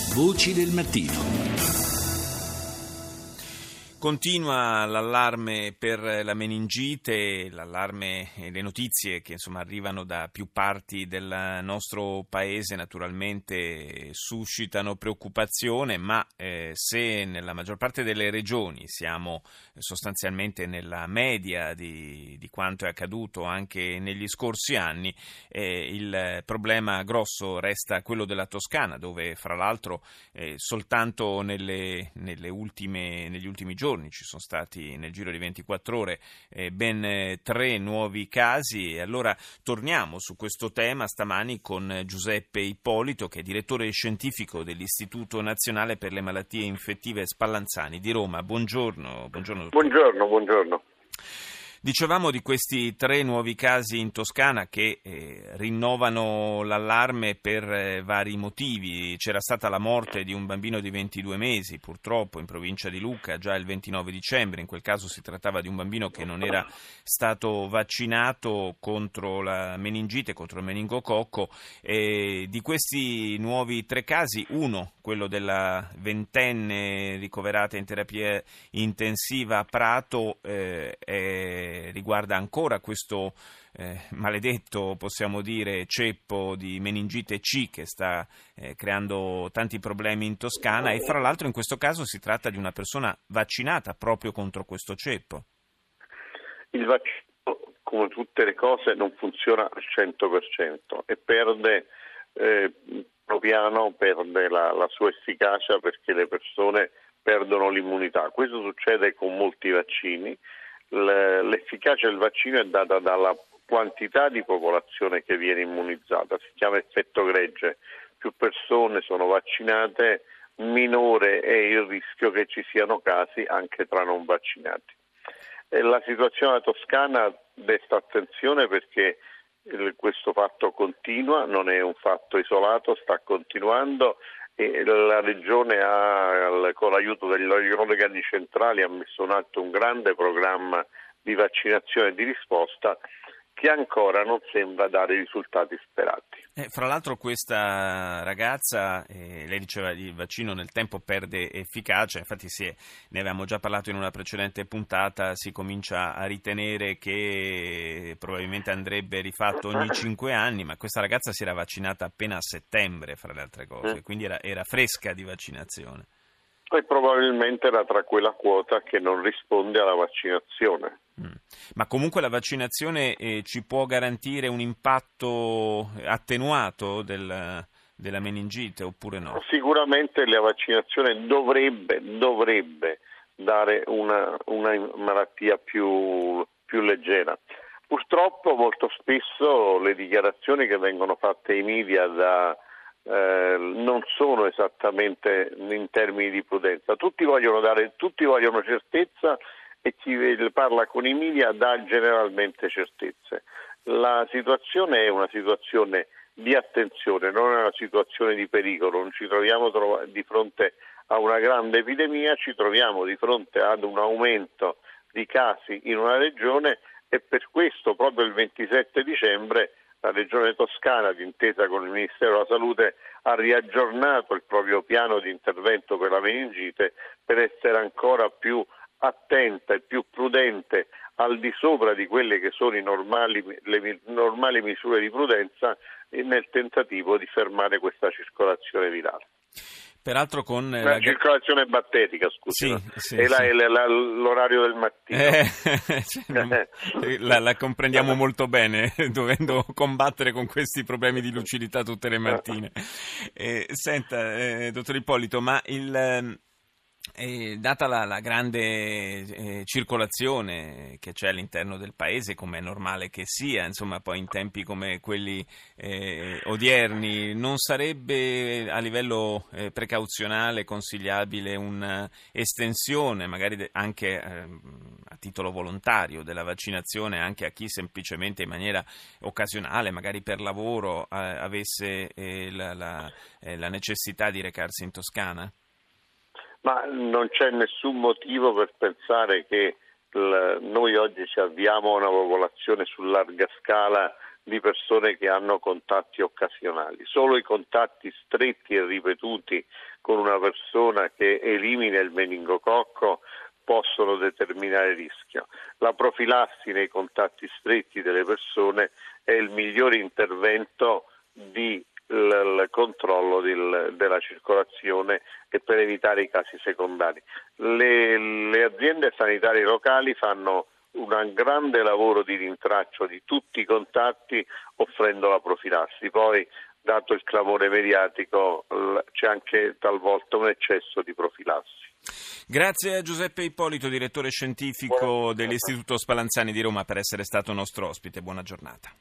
Voci del mattino. Continua l'allarme per la meningite, l'allarme e le notizie che arrivano da più parti del nostro paese naturalmente suscitano preoccupazione, ma se nella maggior parte delle regioni siamo sostanzialmente nella media di quanto è accaduto anche negli scorsi anni, il problema grosso resta quello della Toscana, dove fra l'altro soltanto negli ultimi giorni ci sono stati nel giro di 24 ore ben 3 nuovi casi. E allora torniamo su questo tema stamani con Giuseppe Ippolito, che è direttore scientifico dell'Istituto Nazionale per le Malattie Infettive Spallanzani di Roma. Buongiorno. Buongiorno. Dicevamo di questi 3 nuovi casi in Toscana che rinnovano l'allarme per vari motivi. C'era stata la morte di un bambino di 22 mesi, purtroppo, in provincia di Lucca, già il 29 dicembre. In quel caso si trattava di un bambino che non era stato vaccinato contro la meningite, contro il meningococco. Di questi nuovi 3 casi, uno, quello della 20enne ricoverata in terapia intensiva a Prato, riguarda ancora questo maledetto, possiamo dire, ceppo di meningite C che sta creando tanti problemi in Toscana, e fra l'altro in questo caso si tratta di una persona vaccinata proprio contro questo ceppo. Il vaccino, come tutte le cose, non funziona al 100% e perde piano perde la sua efficacia, perché le persone perdono l'immunità. Questo succede con molti vaccini. L'efficacia del vaccino è data dalla quantità di popolazione che viene immunizzata, si chiama effetto gregge. Più persone sono vaccinate, minore è il rischio che ci siano casi anche tra non vaccinati. La situazione della Toscana desta attenzione perché questo fatto continua, non è un fatto isolato, sta continuando, e la Regione con l'aiuto degli organi centrali ha messo in atto un grande programma di vaccinazione e di risposta che ancora non sembra dare i risultati sperati. Fra l'altro questa ragazza, lei diceva il vaccino nel tempo perde efficacia, infatti ne avevamo già parlato in una precedente puntata, si comincia a ritenere che probabilmente andrebbe rifatto ogni 5 anni, ma questa ragazza si era vaccinata appena a settembre, fra le altre cose, quindi era fresca di vaccinazione. E probabilmente era tra quella quota che non risponde alla vaccinazione. Ma comunque la vaccinazione ci può garantire un impatto attenuato della meningite oppure no? Sicuramente la vaccinazione dovrebbe dare una malattia più leggera. Purtroppo molto spesso le dichiarazioni che vengono fatte ai media non sono esattamente in termini di prudenza. Tutti vogliono certezza, e chi parla con i media dà generalmente certezze. La situazione è una situazione di attenzione, non è una situazione di pericolo. Non ci troviamo di fronte a una grande epidemia, ci troviamo di fronte ad un aumento di casi in una regione, e per questo proprio il 27 dicembre la Regione Toscana, d'intesa con il Ministero della Salute, ha riaggiornato il proprio piano di intervento per la meningite per essere ancora più attenta e più prudente, al di sopra di quelle che sono le normali misure di prudenza, nel tentativo di fermare questa circolazione virale. Peraltro con la circolazione batterica, scusi, sì, l'orario del mattino. La comprendiamo molto bene, dovendo combattere con questi problemi di lucidità tutte le mattine. Senta, dottor Ippolito, ma data la grande circolazione che c'è all'interno del paese, come è normale che sia, poi in tempi come quelli odierni, non sarebbe a livello precauzionale consigliabile un'estensione, magari anche a titolo volontario, della vaccinazione anche a chi semplicemente in maniera occasionale, magari per lavoro, avesse la necessità di recarsi in Toscana? Ma non c'è nessun motivo per pensare che noi oggi ci avviamo a una popolazione su larga scala di persone che hanno contatti occasionali. Solo i contatti stretti e ripetuti con una persona che elimina il meningococco possono determinare rischio. La profilassi nei contatti stretti delle persone è il migliore intervento di il controllo della circolazione e per evitare i casi secondari. Le aziende sanitarie locali fanno un grande lavoro di rintraccio di tutti i contatti offrendo la profilassi. Poi, dato il clamore mediatico, c'è anche talvolta un eccesso di profilassi. Grazie a Giuseppe Ippolito, direttore scientifico dell'Istituto Spallanzani di Roma, per essere stato nostro ospite. Buona giornata.